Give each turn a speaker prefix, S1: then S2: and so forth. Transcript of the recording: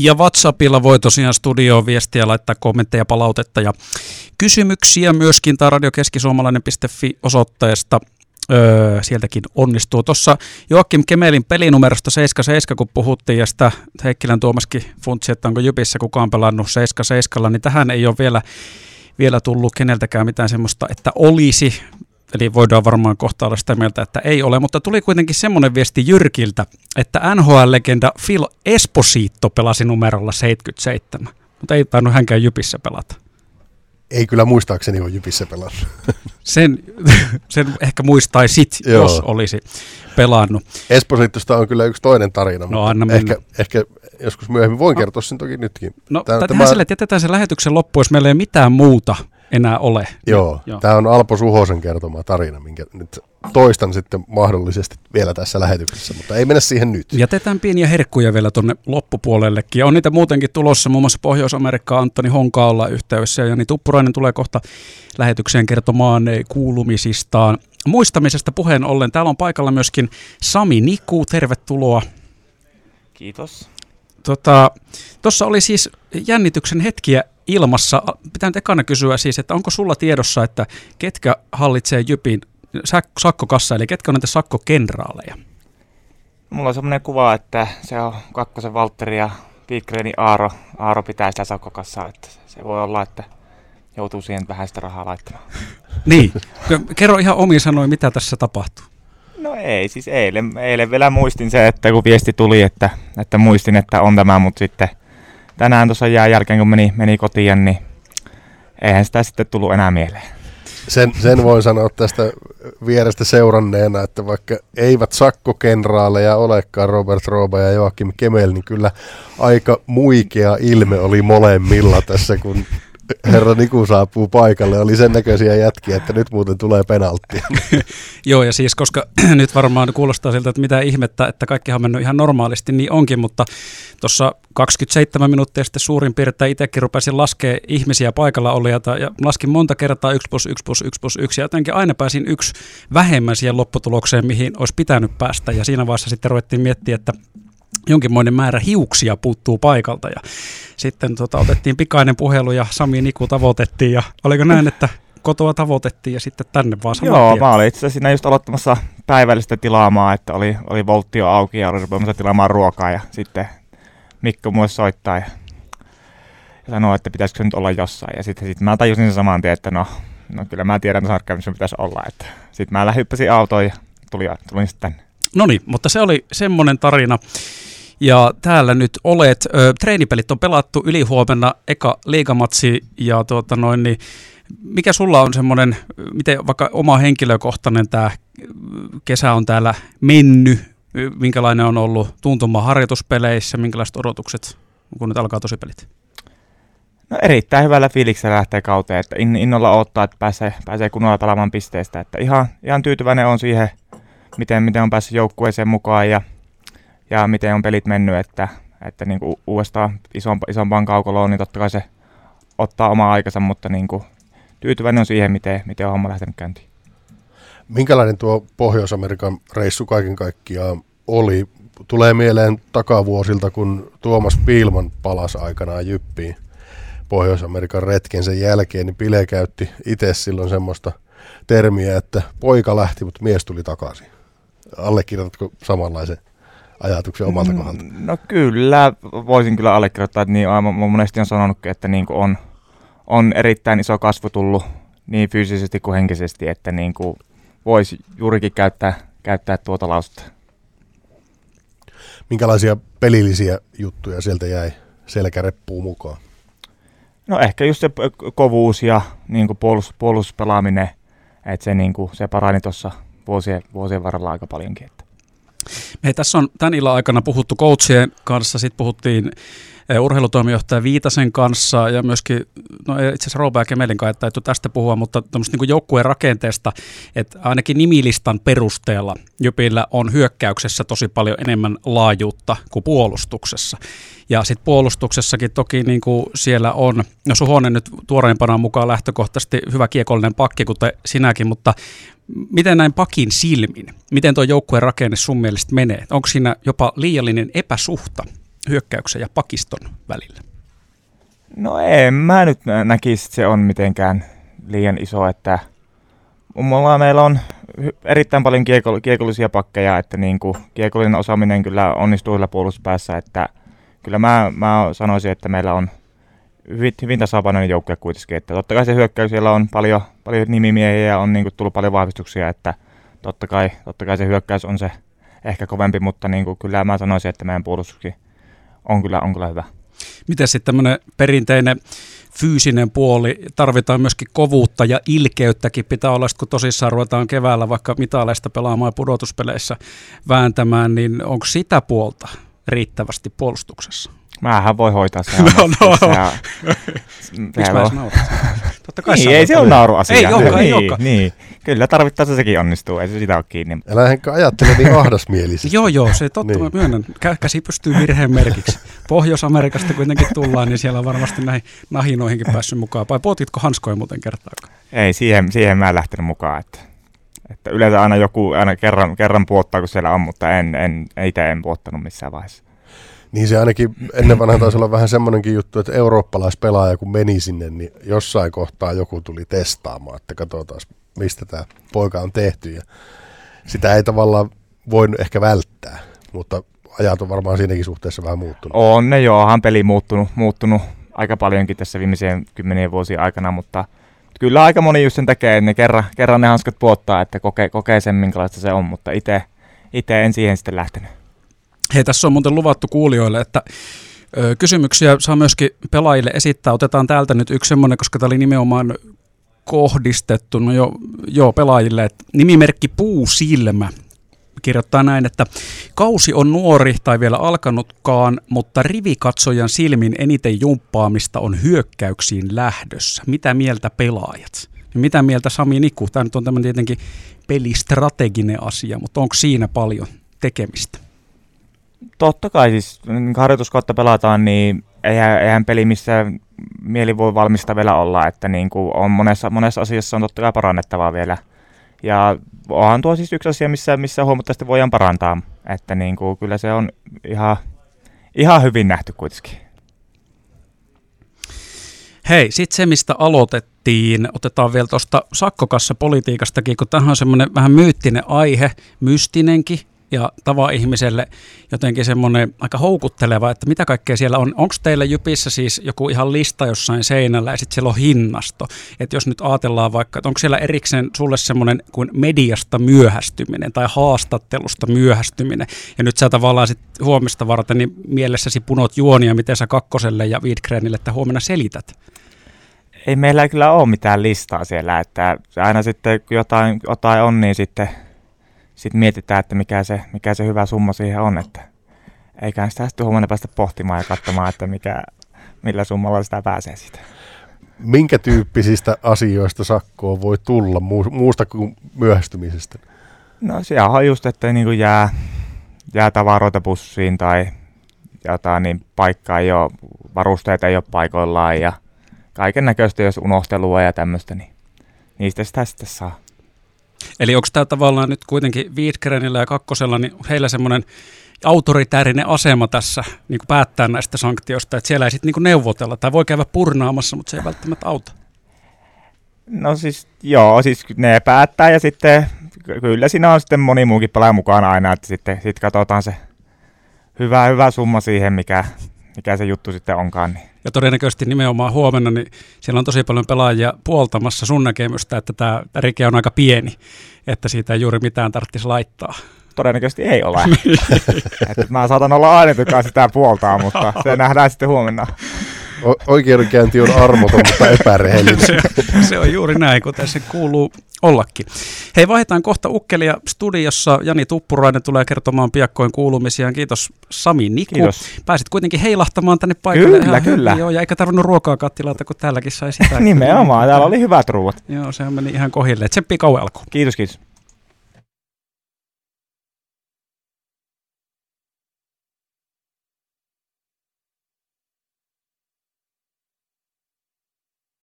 S1: Ja WhatsAppilla voi tosiaan studioon viestiä, laittaa kommentteja, palautetta ja kysymyksiä myöskin, tai radiokeskisuomalainen.fi osoitteesta. Sieltäkin onnistuu. Tuossa Joakim Kemelin pelinumerosta 77, kun puhuttiin, ja sitä Heikkilän Tuomaskin funtsi, että onko Jypissä kukaan pelannut 77, niin tähän ei ole vielä tullut keneltäkään mitään semmoista, että olisi. Eli voidaan varmaan kohta olla sitä mieltä, että ei ole, mutta tuli kuitenkin semmoinen viesti Jyrkiltä, että NHL-legenda Phil Esposito pelasi numerolla 77, mutta ei tainnut hänkään Jypissä pelata.
S2: Ei kyllä muistaakseni ole Jypissä pelannut.
S1: Sen ehkä muistaisit, jos olisi pelannut.
S2: Espositosta on kyllä yksi toinen tarina,
S1: no,
S2: mutta ehkä joskus myöhemmin. Voin kertoa sen toki nytkin.
S1: No, tehdään sille, että jätetään sen lähetyksen loppuun, jos meillä ei mitään muuta enää ole.
S2: Joo. Tämä on Alpo Suhosen kertoma tarina, minkä nyt toistan sitten mahdollisesti vielä tässä lähetyksessä, mutta ei mennä siihen nyt.
S1: Jätetään pieniä herkkuja vielä tuonne loppupuolellekin. Ja on niitä muutenkin tulossa, muun muassa Pohjois-Amerikkaan Antoni Honka olla yhteydessä, ja Jani Tuppurainen tulee kohta lähetykseen kertomaan kuulumisistaan. Muistamisesta puheen ollen, täällä on paikalla myöskin Sami Niku, tervetuloa.
S3: Kiitos.
S1: Tuossa oli siis jännityksen hetkiä ilmassa. Pitää nyt ekana kysyä siis, että onko sulla tiedossa, että ketkä hallitsee Jypin sakkokassa, eli ketkä on näitä sakkokenraaleja?
S3: Mulla on semmoinen kuva, että se on Kakkosen Valtteri ja Wikgrenin Aaro pitää sitä sakkokassaa, että se voi olla, että joutuu siihen vähän sitä rahaa laittamaan.
S1: Niin, kerro ihan omiin sanoin, mitä tässä tapahtuu.
S3: No ei, siis eilen vielä muistin se, että kun viesti tuli, että muistin, että on tämä, mutta sitten tänään tuossa jälkeen, kun meni kotiin, niin eihän sitä sitten tullut enää mieleen.
S2: Sen voin sanoa tästä vierestä seuranneena, että vaikka eivät sakkokenraaleja olekaan Robert Rooba ja Joakim Kemel, niin kyllä aika muikea ilme oli molemmilla tässä, kun herra Niku saapuu paikalle. Oli sen näköisiä jätkiä, että nyt muuten tulee penalttia.
S1: Joo, ja siis koska nyt varmaan kuulostaa siltä, että mitä ihmettä, että kaikkihan on mennyt ihan normaalisti, niin onkin, mutta tuossa 27 minuuttia sitten suurin piirtein itsekin rupesin laskemaan ihmisiä paikalla olijoita, ja laskin monta kertaa 1+1+1+1, ja jotenkin aina pääsin yksi vähemmän siihen lopputulokseen, mihin olisi pitänyt päästä, ja siinä vaiheessa sitten ruvettiin miettiä, että jonkinmoinen määrä hiuksia puuttuu paikalta, ja sitten otettiin pikainen puhelu ja Sami Niku tavoitettiin, ja oliko näin, että kotoa tavoitettiin ja sitten tänne vaan saman
S3: Joo,
S1: tien?
S3: Mä olin itse asiassa siinä just aloittamassa päivällistä tilaamaan, että oli Volttio auki ja oli rupeamassa tilaamaan ruokaa, ja sitten Mikko mulle soittaa ja sanoo, että pitäisikö nyt olla jossain, ja sitten mä tajusin sen saman tien, että no kyllä mä tiedän, että missä pitäisi olla, että sitten mä hyppäsin autoon ja tulin sitten tänne.
S1: No niin, mutta se oli semmoinen tarina. Ja täällä nyt olet. Treenipelit on pelattu ylihuomenna eka liigamatsi, ja niin mikä sulla on semmoinen, miten vaikka oma henkilökohtainen tämä kesä on täällä mennyt, minkälainen on ollut tuntuma harjoituspeleissä, minkälaiset odotukset, kun nyt alkaa tosipelit?
S3: No erittäin hyvällä fiiliksellä lähtee kauteen, että innolla odottaa, että pääsee kunnolla pelaamaan pisteestä, että ihan tyytyväinen on siihen, miten on päässyt joukkueeseen mukaan ja miten on pelit mennyt, että niin kuin uudestaan isompaan kaukoloon, niin totta kai se ottaa oma aikansa, mutta niin kuin tyytyväinen on siihen, miten on homma lähtenyt käyntiin.
S2: Minkälainen tuo Pohjois-Amerikan reissu kaiken kaikkiaan oli? Tulee mieleen takavuosilta, kun Tuomas Piilman palasi aikanaan Jyppiin Pohjois-Amerikan retken sen jälkeen, niin Pile käytti itse silloin semmoista termiä, että poika lähti, mutta mies tuli takaisin. Allekirjoitatko samanlaisen ajatuksen omalta kohdalta?
S3: No kyllä, voisin kyllä allekirjoittaa, että niin monesti on sanonutkin, että niin kuin on erittäin iso kasvu tullut niin fyysisesti kuin henkisesti, että niin kuin voisi juurikin käyttää tuota lausetta.
S2: Minkälaisia pelillisiä juttuja sieltä jäi selkäreppuun mukaan?
S3: No ehkä just se kovuus ja niin kuin puolustuspelaaminen, että se parani tuossa vuosien varrella aika paljonkin.
S1: Hei, tässä on tämän illan aikana puhuttu coachien kanssa, sitten puhuttiin urheilutoimijohtaja Viitasen kanssa ja myöskin, no itse asiassa Roope ja Kemelin kanssa, että ei tästä puhua, mutta tämmöistä niin joukkueen rakenteesta, että ainakin nimilistan perusteella Jypillä on hyökkäyksessä tosi paljon enemmän laajuutta kuin puolustuksessa. Ja sitten puolustuksessakin toki niin kuin siellä on, no Suhonen nyt tuoreimpana mukaan lähtökohtaisesti hyvä kiekollinen pakki, kuten sinäkin, mutta miten näin pakin silmin, miten tuo joukkueen rakenne sun mielestä menee? Onko siinä jopa liiallinen epäsuhta hyökkäyksen ja pakiston välillä?
S3: No en mä nyt näkisi, että se on mitenkään liian iso, että meillä on erittäin paljon kiekollisia pakkeja, että niin kuin kiekollinen osaaminen kyllä onnistuu yllä puolustuspäässä, että kyllä mä sanoisin, että meillä on hyvin tasapainoinen joukkue kuitenkin, että totta kai se hyökkäyksellä on paljon nimimiehiä ja on niin kuin tullut paljon vahvistuksia, että totta kai se hyökkäys on se ehkä kovempi, mutta niin kuin kyllä mä sanoisin, että meidän puolustuskin on kyllä hyvä.
S1: Miten sitten tämmöinen perinteinen fyysinen puoli, tarvitaan myöskin kovuutta ja ilkeyttäkin pitää olla, kun tosissaan ruvetaan keväällä vaikka mitaleista pelaamaan ja pudotuspeleissä vääntämään, niin onko sitä puolta riittävästi puolustuksessa?
S3: Mähän voi hoitaa sen.
S1: Miksi mä edes naurat? Totta kai
S3: ei se ole nauruasia.
S1: Ei olekaan.
S3: Niin. Kyllä tarvittaessa sekin onnistuu, ei se sitä ole kiinni.
S2: Älä Henkka ajattele niin ahdasmielisesti.
S1: Joo, se totta, niin. Mä myönnän. Käsi pystyy virheen merkiksi. Pohjois-Amerikasta kuitenkin tullaan, niin siellä on varmasti näihin nahinoihinkin päässyt mukaan. Vai pootitko hanskoja muuten kertaakaan?
S3: Ei, siihen mä en lähtenyt mukaan. Että yleensä aina joku kerran puottaa, kun siellä on, mutta itse en puottanut missään vaiheessa.
S2: Niin se ainakin ennen vanhaan taisi olla vähän semmoinenkin juttu, että eurooppalaispelaaja kun meni sinne, niin jossain kohtaa joku tuli testaamaan, että katsotaan mistä tämä poika on tehty. Ja sitä ei tavallaan voinut ehkä välttää, mutta ajat on varmaan siinäkin suhteessa vähän muuttunut.
S3: On ne onhan peli muuttunut aika paljonkin tässä viimeisien 10 vuosien aikana, mutta kyllä aika moni just sen tekee, että ne kerran ne hanskat puottaa, että kokee sen minkälaista se on, mutta itse en siihen sitten lähtenyt.
S1: Hei, tässä on muuten luvattu kuulijoille, että kysymyksiä saa myöskin pelaajille esittää. Otetaan täältä nyt yksi semmoinen, koska tämä oli nimenomaan kohdistettu pelaajille. Että nimimerkki Puusilmä kirjoittaa näin, että kausi on nuori tai vielä alkanutkaan, mutta rivikatsojan silmin eniten jumppaamista on hyökkäyksiin lähdössä. Mitä mieltä pelaajat? Ja mitä mieltä Sami Niku? Tämä nyt on tämmöinen tietenkin pelistrateginen asia, mutta onko siinä paljon tekemistä?
S3: Totta kai siis, kun harjoituskautta pelataan, niin eihän peli missä mieli voi valmista vielä olla, että niin kuin on monessa asiassa on totta kai parannettavaa vielä. Ja onhan tuo siis yksi asia, missä huomattavasti voidaan parantaa, että niin kuin kyllä se on ihan hyvin nähty kuitenkin.
S1: Hei, sitten se, mistä aloitettiin, otetaan vielä tuosta sakkokassapolitiikastakin, kun tämähän on semmoinen vähän myyttinen aihe, mystinenkin, ja tavan ihmiselle jotenkin semmoinen aika houkutteleva, että mitä kaikkea siellä on. Onko teillä Jypissä siis joku ihan lista jossain seinällä ja sitten siellä on hinnasto? Että jos nyt ajatellaan vaikka, että onko siellä erikseen sulle semmoinen kuin mediasta myöhästyminen tai haastattelusta myöhästyminen. Ja nyt sä tavallaan sitten huomista varten niin mielessäsi punot juonia, miten sä Kakkoselle ja Widgrenille, että huomenna selität.
S3: Ei meillä kyllä ole mitään listaa siellä, että aina sitten kun jotain on, niin sitten mietitään, että mikä se hyvä summa siihen on, että eiköhän sitä sitten huomenna päästä pohtimaan ja katsomaan, että millä summalla sitä pääsee siitä.
S2: Minkä tyyppisistä asioista sakkoa voi tulla muusta kuin myöhästymisestä?
S3: No siellä on just, että niin kuin jää tavaroita bussiin tai jotain, niin paikkaa ei ole, varusteita ei ole paikoillaan ja kaiken näköistä, jos unohtelua ja tämmöistä, niin niistä sitä sitten saa.
S1: Eli onko tämä tavallaan nyt kuitenkin Widgrenillä ja Kakkosella, niin heillä semmoinen autoritäärinen asema tässä niin kuin päättää näistä sanktioista, että siellä ei sitten niin neuvotella tai voi käydä purnaamassa, mutta se ei välttämättä auta?
S3: No siis joo, siis ne päättää ja sitten kyllä siinä on sitten moni muukin pelaaja mukana aina, että sitten katsotaan se hyvä summa siihen, mikä se juttu sitten onkaan. Niin.
S1: Ja todennäköisesti nimenomaan huomenna, niin siellä on tosi paljon pelaajia puoltamassa sun näkemystä, että tämä rike on aika pieni, että siitä ei juuri mitään tarvitsisi laittaa.
S3: Todennäköisesti ei ole. Että mä saatan olla aina, joka sitä puoltaa, mutta se nähdään sitten huomenna.
S2: Oikeudenkäynti on armoton, mutta epärehellinen.
S1: Se on juuri näin, kuten se kuuluu ollakin. Hei, vaihdetaan kohta ukkelia studiossa. Jani Tuppurainen tulee kertomaan piakkoin kuulumisiaan. Kiitos Sami Niku.
S3: Kiitos.
S1: Pääsit kuitenkin heilahtamaan tänne paikalle.
S3: Kyllä.
S1: Joo, ja eikä tarvinnut ruokaa kattilalta, kun täälläkin sai sitä.
S3: Nimenomaan, täällä oli hyvät ruuat.
S1: Joo, sehän meni ihan kohille. Tsemppi kauan alkuun.
S3: Kiitos.